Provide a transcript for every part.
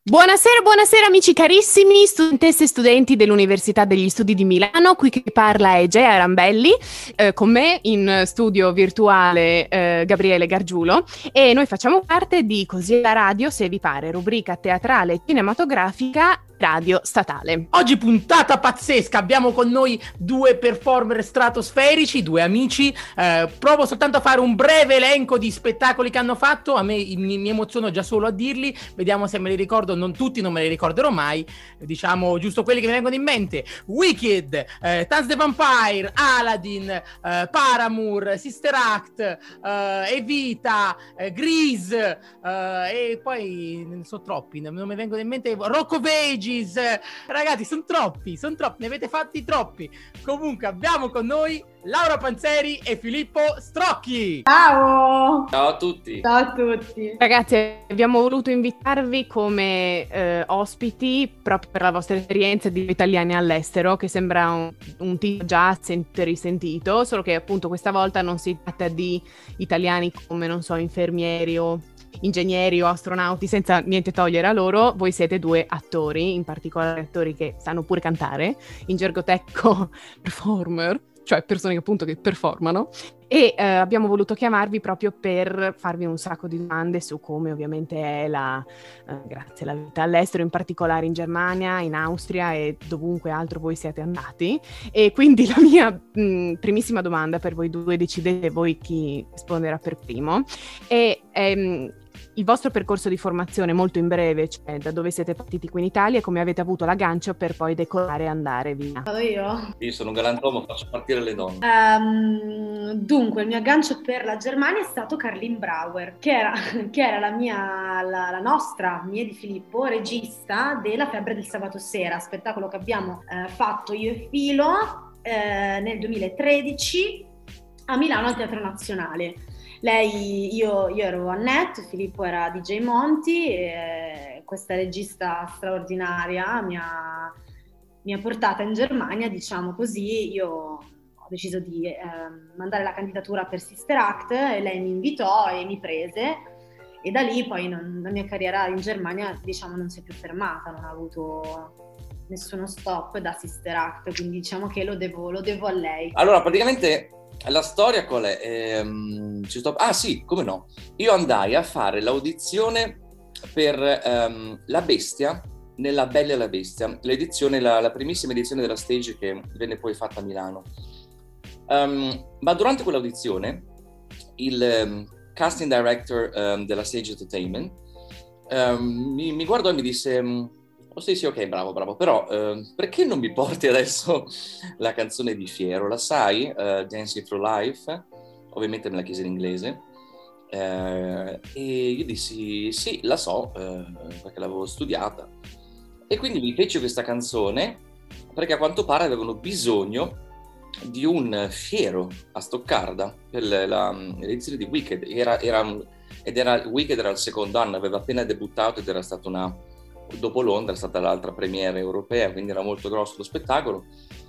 Buonasera, buonasera amici carissimi, studentesse e studenti dell'Università degli Studi di Milano, qui che parla è Gea Rambelli, con me in studio virtuale Gabriele Gargiulo e noi facciamo parte di Così la radio, se vi pare, rubrica teatrale e cinematografica radio statale. Oggi puntata pazzesca, abbiamo con noi due performer stratosferici, due amici. Provo soltanto a fare un breve elenco di spettacoli che hanno fatto. A me mi emoziono già solo a dirli, vediamo se me li ricordo. Non tutti, non me li ricorderò mai, diciamo giusto quelli che mi vengono in mente: Wicked, Taz the Vampire, Aladdin, Paramour, Sister Act, Evita, Grease, e poi sono troppi, non mi vengono in mente. Rock of Ages. Ragazzi, sono troppi, ne avete fatti troppi. Comunque abbiamo con noi Laura Panzeri e Filippo Strocchi. Ciao! Ciao a tutti! Ciao a tutti! Ragazzi, abbiamo voluto invitarvi come ospiti proprio per la vostra esperienza di italiani all'estero, che sembra un titolo già risentito, solo che appunto questa volta non si tratta di italiani come, non so, infermieri o ingegneri o astronauti, senza niente togliere a loro. Voi siete due attori, in particolare attori che sanno pure cantare, in gergo tecnico performer, cioè persone che appunto che performano, e abbiamo voluto chiamarvi proprio per farvi un sacco di domande su come ovviamente è grazie alla vita all'estero, in particolare in Germania, in Austria e dovunque altro voi siete andati. E quindi la mia primissima domanda per voi due, decidete voi chi risponderà per primo, è il vostro percorso di formazione molto in breve, cioè da dove siete partiti qui in Italia e come avete avuto l'aggancio per poi decollare e andare via. Vado io? Io sono un galantuomo, faccio partire le donne. Dunque, il mio aggancio per la Germania è stato Carlin Brauer, che era la nostra, mia e di Filippo, regista della Febbre del sabato sera, spettacolo che abbiamo fatto io e Filo nel 2013 a Milano al Teatro Nazionale. Io ero Annette, Filippo era DJ Monti, e questa regista straordinaria mi ha portata in Germania, diciamo così. Io ho deciso di mandare la candidatura per Sister Act e lei mi invitò e mi prese, e da lì poi la mia carriera in Germania, diciamo, non si è più fermata, non ha avuto nessuno stop da Sister Act, quindi diciamo che lo devo a lei. Allora, praticamente la storia qual è? Ah sì, come no. Io andai a fare l'audizione per La Bestia, nella Bella e la Bestia, l'edizione, la primissima edizione della stage che venne poi fatta a Milano. Ma durante quell'audizione il casting director della Sage Entertainment mi guardò e mi disse: oh sì, ok, bravo, però perché non mi porti adesso la canzone di Fiero? La sai? Dancing Through Life? Ovviamente me la chiese in inglese. E io dissi sì, la so, perché l'avevo studiata. E quindi mi feci questa canzone perché a quanto pare avevano bisogno di un fiero a Stoccarda per l'edizione di Wicked. Wicked era il secondo anno, aveva appena debuttato ed era stata dopo Londra è stata l'altra premiere europea, quindi era molto grosso lo spettacolo.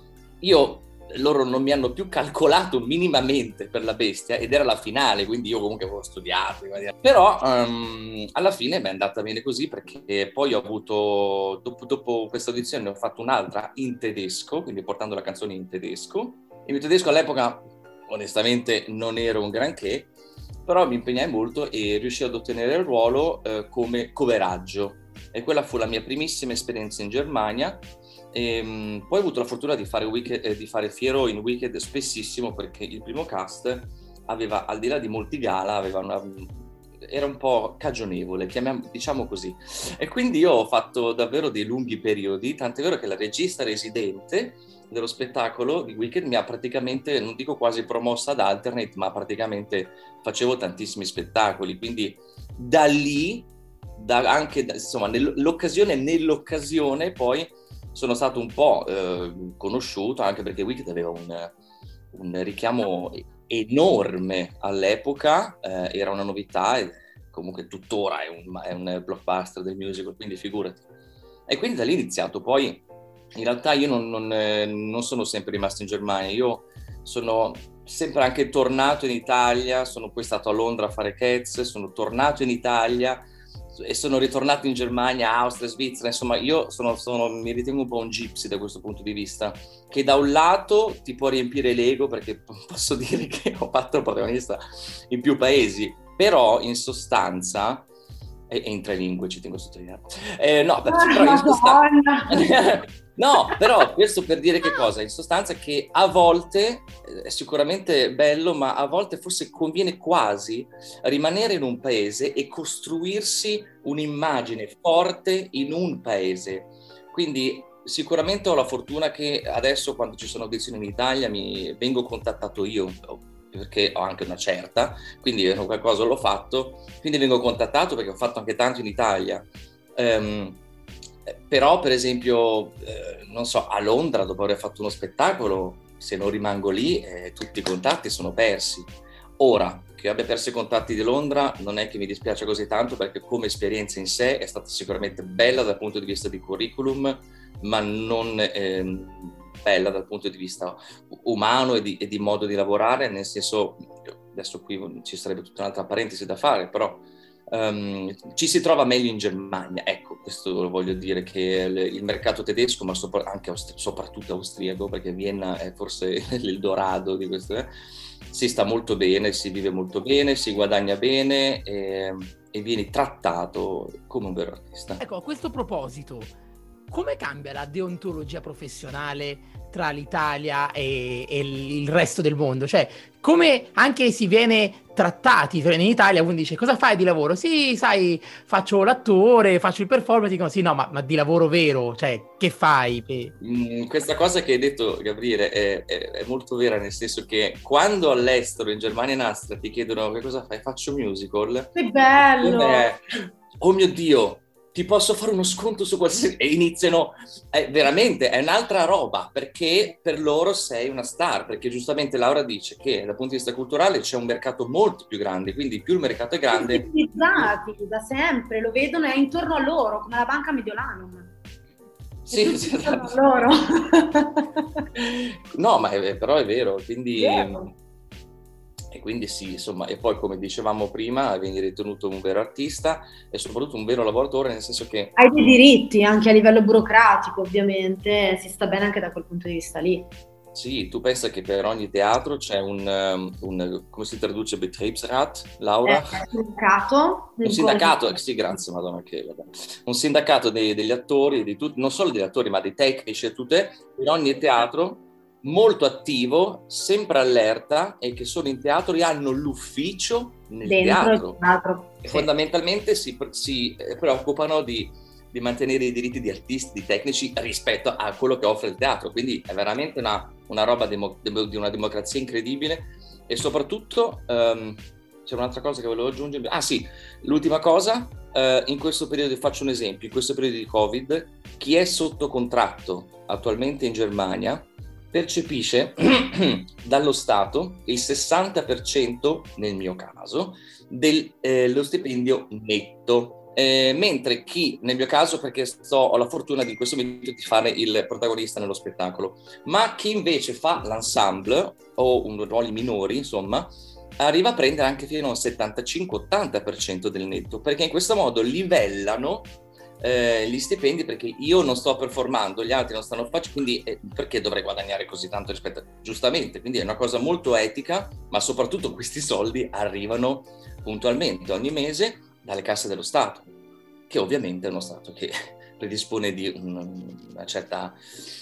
Loro non mi hanno più calcolato minimamente per La Bestia ed era la finale, quindi io comunque avevo studiato. Però alla fine mi è andata bene così, perché poi ho avuto, dopo questa audizione, ne ho fatto un'altra in tedesco, quindi portando la canzone in tedesco. Il mio tedesco all'epoca onestamente non ero un granché, però mi impegnai molto e riuscii ad ottenere il ruolo come coveraggio. E quella fu la mia primissima esperienza in Germania. Poi ho avuto la fortuna di fare Fiero in Wicked spessissimo, perché il primo cast aveva, al di là di molti gala, era un po' cagionevole, diciamo così. E quindi io ho fatto davvero dei lunghi periodi, tant'è vero che la regista residente dello spettacolo di Wicked mi ha praticamente, non dico quasi promossa ad alternate, ma praticamente facevo tantissimi spettacoli. Quindi da lì, insomma, nell'occasione poi sono stato un po' conosciuto, anche perché Wicked aveva un richiamo enorme all'epoca, era una novità e comunque tuttora è un blockbuster del musical, quindi figurati. E quindi da lì è iniziato. Poi in realtà io non sono sempre rimasto in Germania, io sono sempre anche tornato in Italia, sono poi stato a Londra a fare Cats, sono tornato in Italia e sono ritornato in Germania, Austria, Svizzera, insomma io mi ritengo un po' un gypsy da questo punto di vista, che da un lato ti può riempire l'ego perché posso dire che ho fatto il protagonista in più paesi, però in sostanza, e in 3 lingue ci tengo a sottolineare, però in sostanza... No, però questo per dire che cosa? In sostanza che a volte è sicuramente bello, ma a volte forse conviene quasi rimanere in un paese e costruirsi un'immagine forte in un paese. Quindi sicuramente ho la fortuna che adesso quando ci sono audizioni in Italia mi vengo contattato io, perché ho anche una certa, quindi qualcosa l'ho fatto, quindi vengo contattato perché ho fatto anche tanto in Italia. Però per esempio non so, a Londra dopo aver fatto uno spettacolo, se non rimango lì tutti i contatti sono persi. Ora che abbia perso i contatti di Londra non è che mi dispiace così tanto, perché come esperienza in sé è stata sicuramente bella dal punto di vista di curriculum, ma non bella dal punto di vista umano e di modo di lavorare, nel senso, adesso qui ci sarebbe tutta un'altra parentesi da fare, però ci si trova meglio in Germania, ecco, questo lo voglio dire, che il mercato tedesco, ma anche soprattutto austriaco, perché Vienna è forse l'Eldorado di questo, si sta molto bene, si vive molto bene, si guadagna bene e vieni trattato come un vero artista. Ecco, a questo proposito, come cambia la deontologia professionale tra l'Italia e il resto del mondo? Cioè, come anche si viene trattati in Italia, uno dice cosa fai di lavoro? Sì, sai, faccio l'attore, faccio il performer, dicono sì, no, ma di lavoro vero, cioè, che fai? Questa cosa che hai detto, Gabriele, è molto vera, nel senso che quando all'estero, in Germania e in Austria, ti chiedono che cosa fai, faccio musical. Che bello! Oh mio Dio! Ti posso fare uno sconto su qualsiasi... E iniziano, veramente, è un'altra roba, perché per loro sei una star, perché giustamente Laura dice che dal punto di vista culturale c'è un mercato molto più grande, quindi più il mercato è grande... Utilizzati da sempre, lo vedono, è intorno a loro, come la banca Mediolanum. Sì, intorno a loro. No, ma però è vero, quindi... Yeah. E quindi sì, insomma, e poi come dicevamo prima, vieni ritenuto un vero artista e soprattutto un vero lavoratore, nel senso che... Hai dei diritti anche a livello burocratico, ovviamente, si sta bene anche da quel punto di vista lì. Sì, tu pensa che per ogni teatro c'è un come si traduce, Betriebsrat, Laura? Un sindacato. Un sindacato, sì, grazie, madonna, che vabbè. Un sindacato degli attori, non solo degli attori, ma dei tecnici e tutte, per ogni teatro, molto attivo, sempre allerta, e che sono in teatro e hanno l'ufficio nel teatro. E fondamentalmente si preoccupano di mantenere i diritti di artisti, di tecnici rispetto a quello che offre il teatro, quindi è veramente una roba di una democrazia incredibile. E soprattutto c'è un'altra cosa che volevo aggiungere. Ah sì, l'ultima cosa, in questo periodo, faccio un esempio, in questo periodo di Covid, chi è sotto contratto attualmente in Germania percepisce dallo Stato il 60%, nel mio caso, dello stipendio netto. Mentre chi, nel mio caso, perché ho la fortuna di questo momento di fare il protagonista nello spettacolo, ma chi invece fa l'ensemble o ruoli minori, insomma, arriva a prendere anche fino a un 75-80% del netto, perché in questo modo livellano gli stipendi, perché io non sto performando, gli altri non stanno facendo, quindi perché dovrei guadagnare così tanto rispetto a... Giustamente, quindi è una cosa molto etica, ma soprattutto questi soldi arrivano puntualmente ogni mese dalle casse dello Stato, che ovviamente è uno Stato che predispone di una certa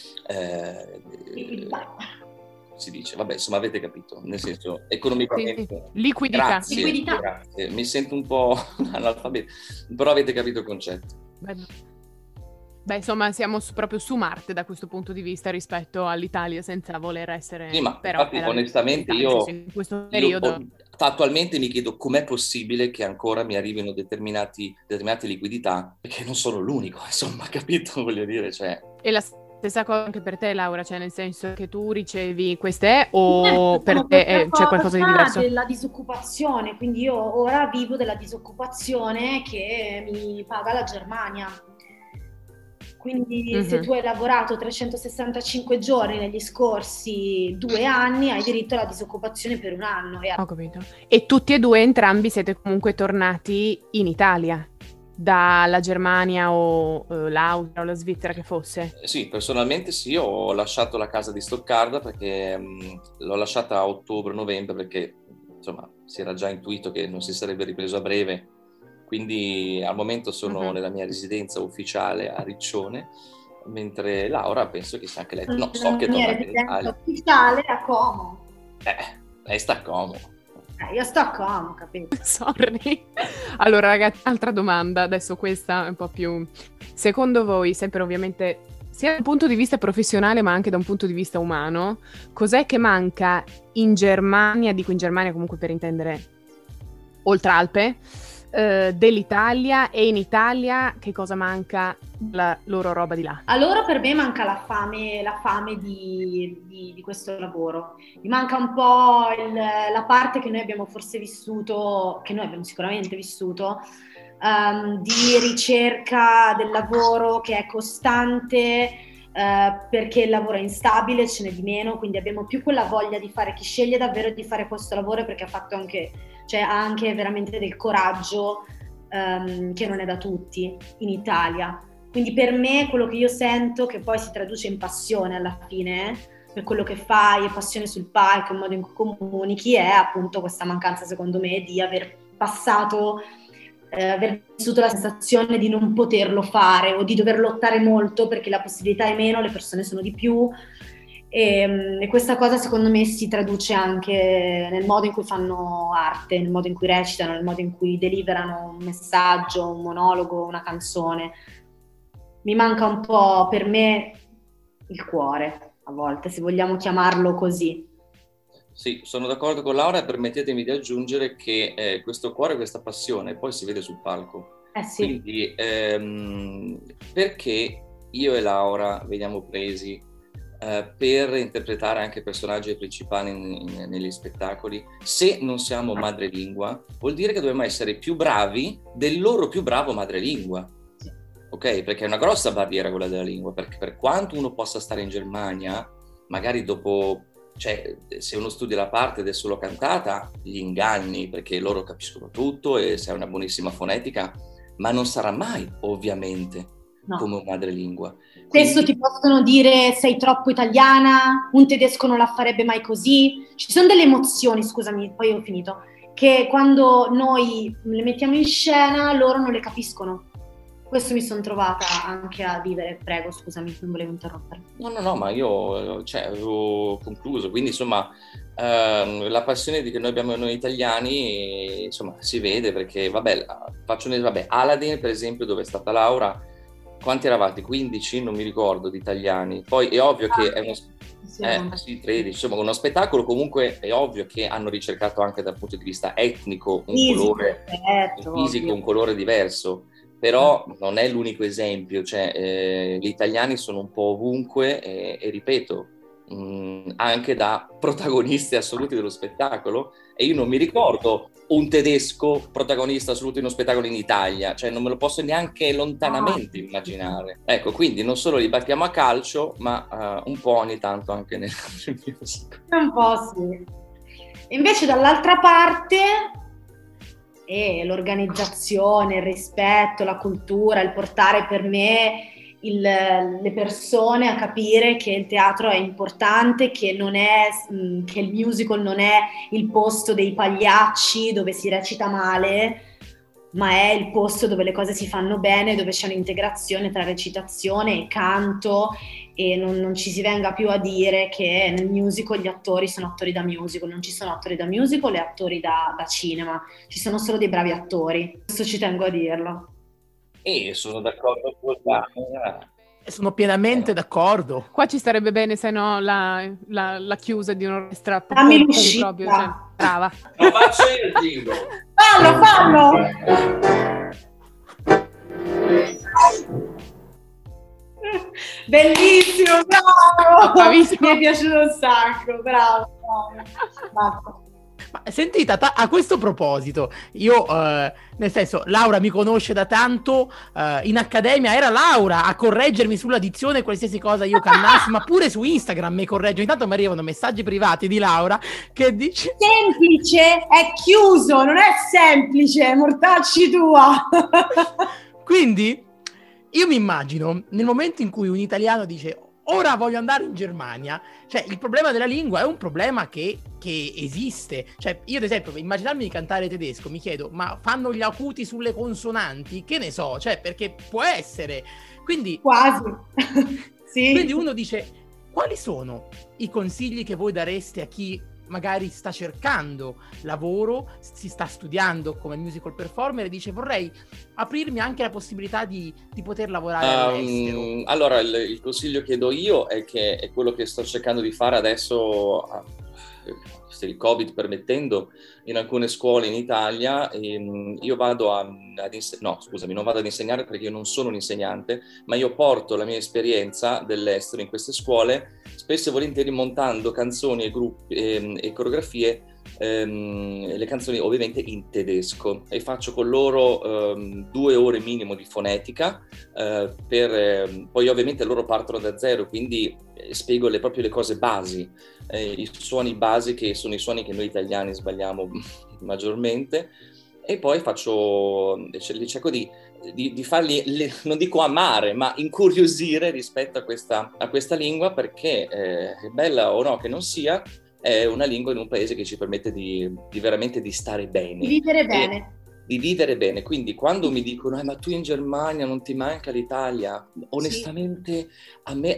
si dice, vabbè, insomma, avete capito, nel senso, economicamente sì. Liquidità. Grazie. Mi sento un po' analfabeto, però avete capito il concetto. Beh, insomma, siamo proprio su Marte da questo punto di vista rispetto all'Italia, senza voler essere... Sì, ma però infatti, onestamente, in questo periodo... attualmente mi chiedo com'è possibile che ancora mi arrivino determinate liquidità, perché non sono l'unico, insomma, capito? Voglio dire, cioè... E la stessa cosa anche per te, Laura, cioè nel senso che tu ricevi queste o per te c'è qualcosa di diverso? Della disoccupazione, quindi io ora vivo della disoccupazione che mi paga la Germania. Quindi se tu hai lavorato 365 giorni negli scorsi 2 anni, hai diritto alla disoccupazione per 1 anno. Ho capito. E tutti e due, entrambi, siete comunque tornati in Italia dalla Germania o l'Austria o la Svizzera che fosse? Sì, personalmente sì, ho lasciato la casa di Stoccarda perché l'ho lasciata a ottobre-novembre perché insomma si era già intuito che non si sarebbe ripreso a breve, quindi al momento sono nella mia residenza ufficiale a Riccione, mentre Laura penso che sia anche lei, no, so che La mia torna in residenza Italia. ufficiale a Como. Lei sta comodo. Io sto a Como, capito? Sorry. Allora, ragazzi, altra domanda, adesso questa è un po' più... Secondo voi, sempre ovviamente, sia da un punto di vista professionale ma anche da un punto di vista umano, cos'è che manca in Germania, dico in Germania comunque per intendere oltre Alpe, dell'Italia, e in Italia che cosa manca la loro roba di là? A loro per me manca la fame di questo lavoro. Mi manca un po' la parte che noi abbiamo forse vissuto, che noi abbiamo sicuramente vissuto, di ricerca del lavoro che è costante, perché il lavoro è instabile, ce n'è di meno, quindi abbiamo più quella voglia di fare, chi sceglie davvero di fare questo lavoro perché ha fatto anche, cioè ha anche veramente del coraggio, che non è da tutti in Italia. Quindi per me quello che io sento, che poi si traduce in passione alla fine, per quello che fai, e passione sul palco, il modo in cui comunichi, è appunto questa mancanza, secondo me, di aver passato, aver vissuto la sensazione di non poterlo fare o di dover lottare molto perché la possibilità è meno, le persone sono di più, e questa cosa secondo me si traduce anche nel modo in cui fanno arte, nel modo in cui recitano, nel modo in cui deliverano un messaggio, un monologo, una canzone. Mi manca un po', per me, il cuore, a volte, se vogliamo chiamarlo così. Sì, sono d'accordo con Laura e permettetemi di aggiungere che questo cuore, questa passione poi si vede sul palco. Sì. Quindi perché io e Laura veniamo presi per interpretare anche personaggi principali negli spettacoli? Se non siamo madrelingua, vuol dire che dobbiamo essere più bravi del loro più bravo madrelingua. Ok? Perché è una grossa barriera quella della lingua, perché per quanto uno possa stare in Germania, magari dopo, cioè se uno studia la parte ed è solo cantata, gli inganni, perché loro capiscono tutto e se hai una buonissima fonetica, ma non sarà mai, ovviamente, come un madrelingua. Spesso ti possono dire sei troppo italiana, un tedesco non la farebbe mai così. Ci sono delle emozioni, scusami, poi ho finito, che quando noi le mettiamo in scena loro non le capiscono. Questo mi sono trovata anche a vivere. Prego, scusami, non volevo interrompere. No, ma io avevo concluso, quindi insomma la passione che noi abbiamo noi italiani insomma si vede, perché faccio un esempio, Aladdin per esempio, dove è stata Laura, quanti eravate? 15? Non mi ricordo, di italiani. Poi è ovvio che è uno 13, insomma uno spettacolo, comunque è ovvio che hanno ricercato anche dal punto di vista etnico un colore fisico, un colore diverso. Però non è l'unico esempio, cioè gli italiani sono un po' ovunque e ripeto, anche da protagonisti assoluti dello spettacolo, e io non mi ricordo un tedesco protagonista assoluto in uno spettacolo in Italia, cioè non me lo posso neanche lontanamente immaginare. Ecco, quindi non solo li battiamo a calcio, ma un po' ogni tanto anche nel music. Un po' sì. Invece dall'altra parte... E l'organizzazione, il rispetto, la cultura, il portare per me le persone a capire che il teatro è importante, che non è, che il musical non è il posto dei pagliacci dove si recita male, ma è il posto dove le cose si fanno bene, dove c'è un'integrazione tra recitazione e canto, e non ci si venga più a dire che nel musical gli attori sono attori da musical. Non ci sono attori da musical e attori da cinema, ci sono solo dei bravi attori, questo ci tengo a dirlo. E sono d'accordo con te. Sono pienamente d'accordo. Qua ci starebbe bene, se no, la chiusa di un'orchestra Dammi l'uscita. proprio, cioè, brava. Lo faccio io il jingle. Fallo! Bellissimo, bravo! Mi è piaciuto un sacco, bravo. Ma sentite, a questo proposito, io, nel senso, Laura mi conosce da tanto, in accademia era Laura a correggermi sulla dizione, qualsiasi cosa io cannassi, ma pure su Instagram mi corregge. Intanto mi arrivano messaggi privati di Laura che dice... Semplice, è chiuso, non è semplice, mortacci tua! Quindi io mi immagino nel momento in cui un italiano dice ora voglio andare in Germania, cioè il problema della lingua è un problema che esiste. Cioè io ad esempio, immaginarmi di cantare tedesco, mi chiedo, ma fanno gli acuti sulle consonanti? Che ne so, cioè perché può essere. Quindi quasi. Sì. Quindi uno dice, quali sono i consigli che voi dareste a chi magari sta cercando lavoro, si sta studiando come musical performer e dice vorrei aprirmi anche la possibilità di poter lavorare all'estero? Allora, il consiglio che do io è che è quello che sto cercando di fare adesso, se il Covid permettendo, in alcune scuole in Italia. Io vado non vado ad insegnare perché io non sono un insegnante, ma io porto la mia esperienza dell'estero in queste scuole, spesso e volentieri montando canzoni e gruppi e coreografie, le canzoni ovviamente in tedesco, e faccio con loro 2 ore minimo di fonetica, poi ovviamente loro partono da zero, quindi spiego proprio le cose basi, i suoni basi che sono i suoni che noi italiani sbagliamo maggiormente, e poi cerco di farli, non dico amare, ma incuriosire rispetto a questa lingua, perché bella o no che non sia, è una lingua in un paese che ci permette di veramente di stare bene. Di vivere bene. Di vivere bene. Quindi quando mi dicono ma tu in Germania non ti manca l'Italia? Onestamente a me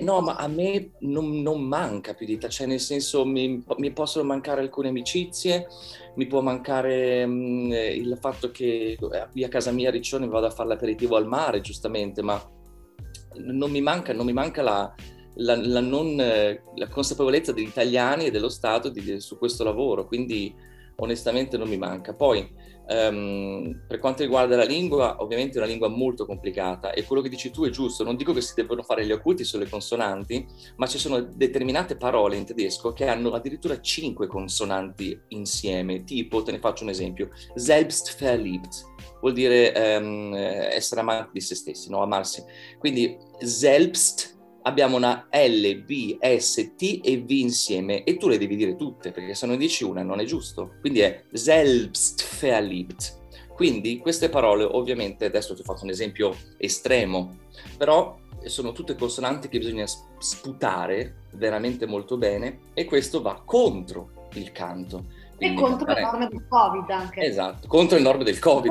non manca più di Italia, cioè nel senso mi possono mancare alcune amicizie, mi può mancare il fatto che qui a casa mia a Riccione vado a fare l'aperitivo al mare, giustamente, ma non mi manca la consapevolezza degli italiani e dello Stato su questo lavoro, quindi onestamente non mi manca. Poi per quanto riguarda la lingua, ovviamente è una lingua molto complicata, e quello che dici tu è giusto. Non dico che si devono fare gli acuti sulle consonanti, ma ci sono determinate parole in tedesco che hanno addirittura 5 consonanti insieme. Tipo, te ne faccio un esempio: selbstverliebt vuol dire essere amanti di se stessi, no? Amarsi. Quindi selbst, abbiamo una L, B, S, T e V insieme, e tu le devi dire tutte, perché se non dici una non è giusto. Quindi è selbstverliebt. Quindi queste parole, ovviamente, adesso ti ho fatto un esempio estremo, però sono tutte consonanti che bisogna sputare veramente molto bene, e questo va contro il canto. E contro le norme del Covid anche. Esatto, contro le norme del Covid.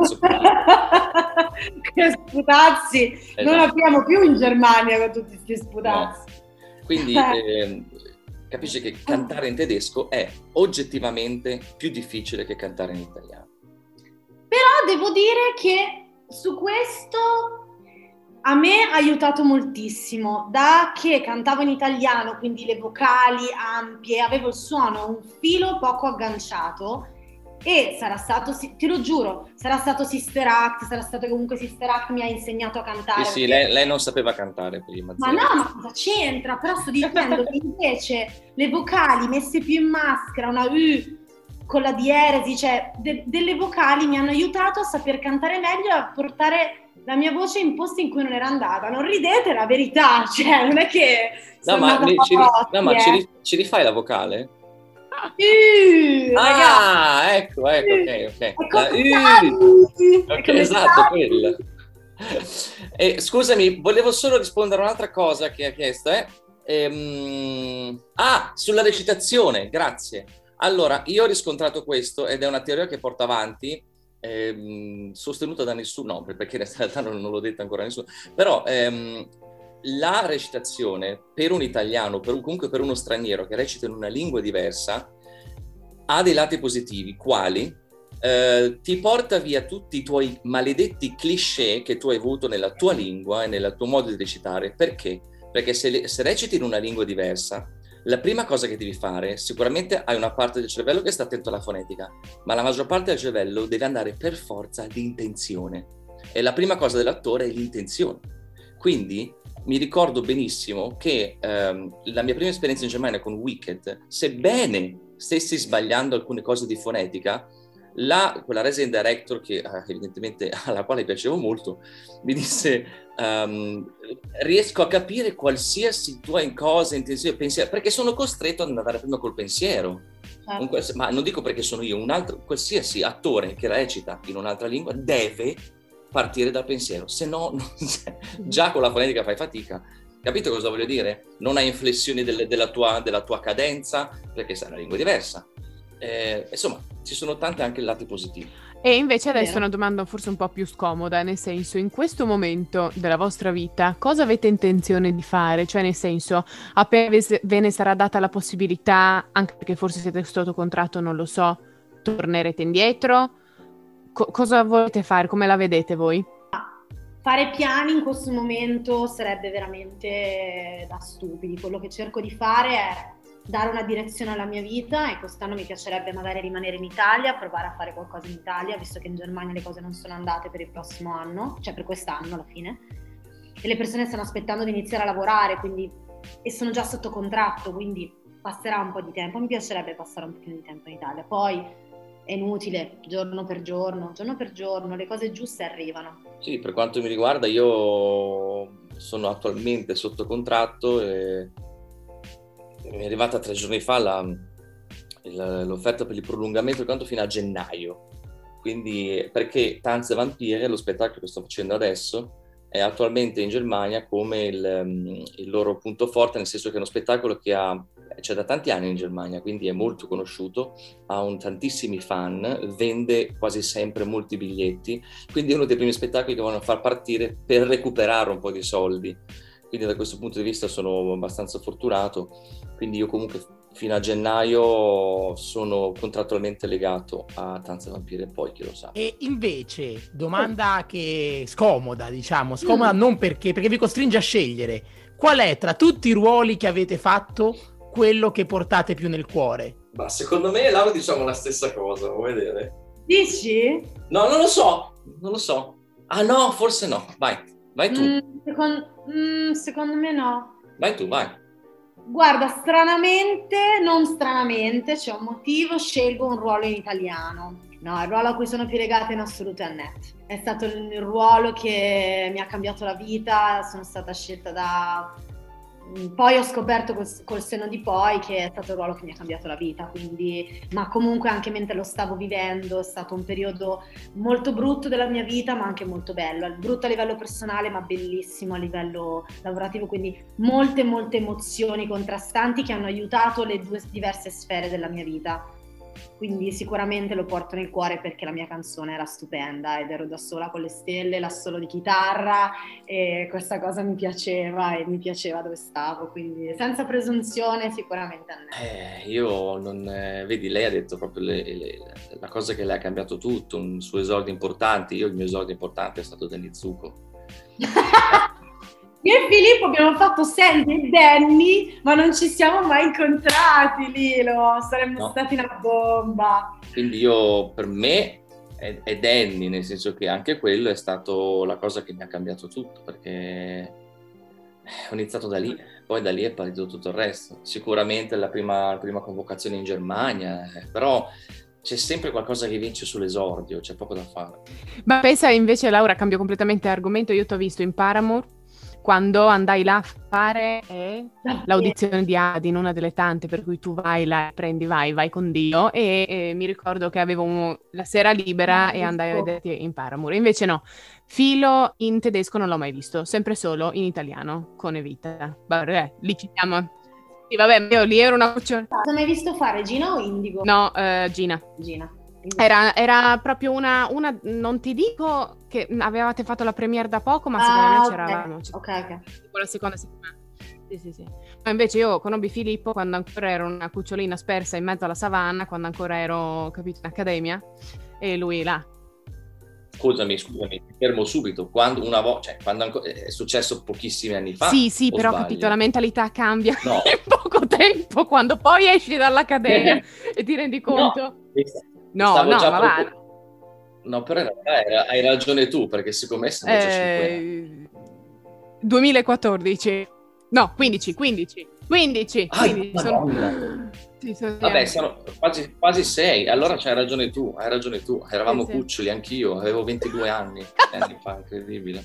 Che sputazzi, esatto. Non abbiamo più in Germania con tutti questi sputazzi. No. Quindi capisci che cantare in tedesco è oggettivamente più difficile che cantare in italiano. Però devo dire che su questo a me ha aiutato moltissimo, da che cantavo in italiano, quindi le vocali ampie, avevo il suono, un filo poco agganciato, e sarà stato, ti lo giuro, sarà stato Sister Act, sarà stato comunque Sister Act mi ha insegnato a cantare. Sì, lei non sapeva cantare prima. Ma no, ma cosa c'entra? Però sto dicendo che invece le vocali messe più in maschera, una U con la dieresi, cioè delle vocali mi hanno aiutato a saper cantare meglio e a portare la mia voce in posti in cui non era andata. Non ridete, la verità, cioè non è che ci rifai la vocale? Ragazzi. Ecco, ok. Esatto, quella. Scusami, volevo solo rispondere a un'altra cosa che ha chiesto, sulla recitazione, grazie. Allora, io ho riscontrato questo, ed è una teoria che porto avanti, sostenuta da nessuno, no, perché in realtà non l'ho detta ancora a nessuno, però la recitazione per un italiano, comunque per uno straniero che recita in una lingua diversa, ha dei lati positivi, quali ti porta via tutti i tuoi maledetti cliché che tu hai avuto nella tua lingua e nel tuo modo di recitare. Perché? Perché se reciti in una lingua diversa, la prima cosa che devi fare, sicuramente hai una parte del cervello che sta attento alla fonetica, ma la maggior parte del cervello deve andare per forza all'intenzione, e la prima cosa dell'attore è l'intenzione. Quindi mi ricordo benissimo che la mia prima esperienza in Germania con Wicked, sebbene stessi sbagliando alcune cose di fonetica, quella resident director, che evidentemente alla quale piacevo molto, mi disse riesco a capire qualsiasi tua cosa, intenzione, pensiero, perché sono costretto ad andare prima col pensiero. Ma non dico perché sono io, un altro qualsiasi attore che recita in un'altra lingua deve partire dal pensiero, se no già con la fonetica fai fatica. Capito cosa voglio dire? Non hai inflessioni della tua cadenza, perché sai una lingua diversa. Insomma, ci sono tanti anche lati positivi. E invece adesso una domanda forse un po' più scomoda, nel senso, in questo momento della vostra vita, cosa avete intenzione di fare? Cioè, nel senso, appena ve ne sarà data la possibilità, anche perché forse siete sotto contratto, non lo so, tornerete indietro? Cosa volete fare? Come la vedete voi? Fare piani in questo momento sarebbe veramente da stupidi. Quello che cerco di fare è dare una direzione alla mia vita, e quest'anno mi piacerebbe magari rimanere in Italia, provare a fare qualcosa in Italia, visto che in Germania le cose non sono andate per il prossimo anno, cioè per quest'anno alla fine, e le persone stanno aspettando di iniziare a lavorare, e sono già sotto contratto, quindi passerà un po' di tempo. Mi piacerebbe passare un pochino di tempo in Italia, poi è inutile, giorno per giorno, le cose giuste arrivano. Sì, per quanto mi riguarda, io sono attualmente sotto contratto e mi è arrivata 3 giorni fa l'offerta per il prolungamento quanto fino a gennaio. Quindi, perché Tanze Vampire, lo spettacolo che sto facendo adesso, è attualmente in Germania come il loro punto forte, nel senso che è uno spettacolo che c'è da tanti anni in Germania, quindi è molto conosciuto, ha tantissimi fan, vende quasi sempre molti biglietti, quindi è uno dei primi spettacoli che vogliono far partire per recuperare un po' di soldi. Quindi da questo punto di vista sono abbastanza fortunato, quindi io comunque fino a gennaio sono contrattualmente legato a Tanze Vampire, poi chi lo sa. E invece, domanda che scomoda, diciamo, non perché vi costringe a scegliere, qual è tra tutti i ruoli che avete fatto quello che portate più nel cuore? Ma secondo me e Laura diciamo la stessa cosa, vuoi vedere? Dici? No, non lo so. Ah no, forse no, vai tu. Secondo me no. Vai tu, vai. Guarda, non stranamente, c'è un motivo, scelgo un ruolo in italiano. No, il ruolo a cui sono più legata in assoluto è Annette. È stato il ruolo che mi ha cambiato la vita, sono stata scelta Poi ho scoperto col senno di poi che è stato il ruolo che mi ha cambiato la vita, quindi, ma comunque anche mentre lo stavo vivendo è stato un periodo molto brutto della mia vita, ma anche molto bello, brutto a livello personale ma bellissimo a livello lavorativo, quindi molte emozioni contrastanti che hanno aiutato le 2 diverse sfere della mia vita. Quindi sicuramente lo porto nel cuore perché la mia canzone era stupenda ed ero da sola con le stelle, l'assolo di chitarra, e questa cosa mi piaceva e mi piaceva dove stavo, quindi senza presunzione sicuramente a me. Io non... vedi, lei ha detto proprio la cosa che le ha cambiato tutto, un suo esordio importante. Io il mio esordio importante è stato Danny Zucco. Io e Filippo abbiamo fatto Sandy e Danny, ma non ci siamo mai incontrati, Lilo, saremmo stati una bomba. Quindi per me è Danny, nel senso che anche quello è stato la cosa che mi ha cambiato tutto, perché ho iniziato da lì, poi da lì è partito tutto il resto. Sicuramente la prima convocazione in Germania, però c'è sempre qualcosa che vince sull'esordio, c'è poco da fare. Ma pensa invece, Laura, cambio completamente argomento, io ti ho visto in Paramore, quando andai là a fare l'audizione di Adin, una delle tante per cui tu vai là, vai con Dio, e mi ricordo che avevo la sera libera e andai a vederti in Paramore. Invece no, Filo in tedesco non l'ho mai visto, sempre solo in italiano, con Evita. Vabbè, lì ci siamo. Sì, vabbè, io lì ero una cucciolata. Cosa mai visto fare, Gina o Indigo? No, Gina. Era proprio una, non ti dico che avevate fatto la premiere da poco, ma secondo me c'eravamo. Ok. La seconda settimana. Sì. Ma invece io conobbi Filippo quando ancora ero una cucciolina spersa in mezzo alla savana, quando ancora ero, capito, in accademia, e lui là. Scusami, mi fermo subito. Quando è successo pochissimi anni fa. Sì, però ho capito, la mentalità cambia in poco tempo, quando poi esci dall'accademia e ti rendi conto. No, però in realtà hai ragione tu, perché secondo me siamo già 5 anni. 2014. No, 15. Vabbè, sono quasi 6. Allora c'hai ragione tu. Eravamo cuccioli, anch'io. Avevo 22 anni fa, incredibile.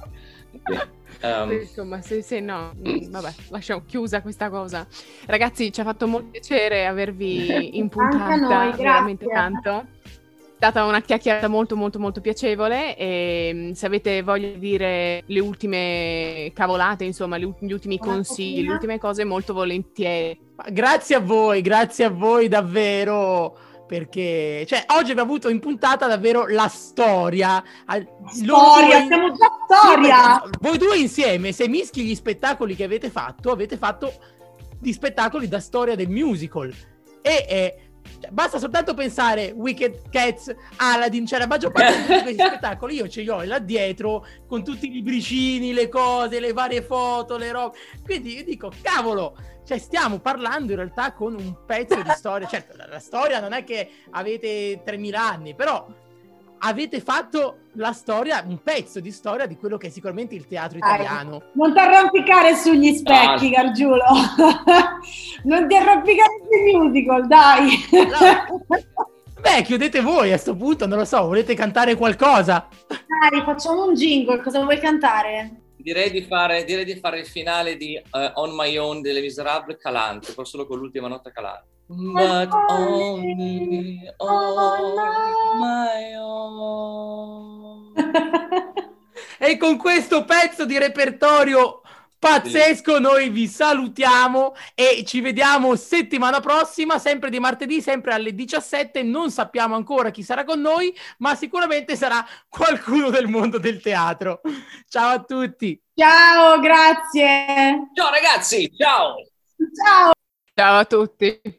Insomma, no, vabbè, lasciamo chiusa questa cosa. Ragazzi, ci ha fatto molto piacere avervi in puntata, anche a noi, veramente tanto. stata una chiacchierata molto molto molto piacevole e se avete voglia di dire le ultime cavolate, insomma, gli ultimi consigli, le ultime cose, molto volentieri. Grazie a voi davvero, perché oggi abbiamo avuto in puntata davvero la storia. Siamo già storia! Sì, voi due insieme, se mischi gli spettacoli che avete fatto di spettacoli da storia del musical. E basta soltanto pensare Wicked, Cats, Aladdin, la maggior parte di tutti questi spettacoli io ce li ho là dietro con tutti i libricini, le cose, le varie foto, le robe. Quindi io dico, cavolo, stiamo parlando in realtà con un pezzo di storia. Certo, la storia non è che avete 3000 anni, però avete fatto la storia, un pezzo di storia di quello che è sicuramente il teatro italiano. Non ti arrampicare sugli specchi, Gargiulo. Non ti arrampicare sui musical, dai. Beh, chiudete voi a sto punto, non lo so, volete cantare qualcosa? Dai, facciamo un jingle, cosa vuoi cantare? Direi di fare il finale di On My Own delle Misérables calante, però solo con l'ultima nota calante. But only on my own. E con questo pezzo di repertorio pazzesco noi vi salutiamo e ci vediamo settimana prossima, sempre di martedì, sempre alle 17. Non sappiamo ancora chi sarà con noi, ma sicuramente sarà qualcuno del mondo del teatro. Ciao a tutti. Ciao, grazie. Ciao ragazzi, ciao. Ciao. Ciao a tutti.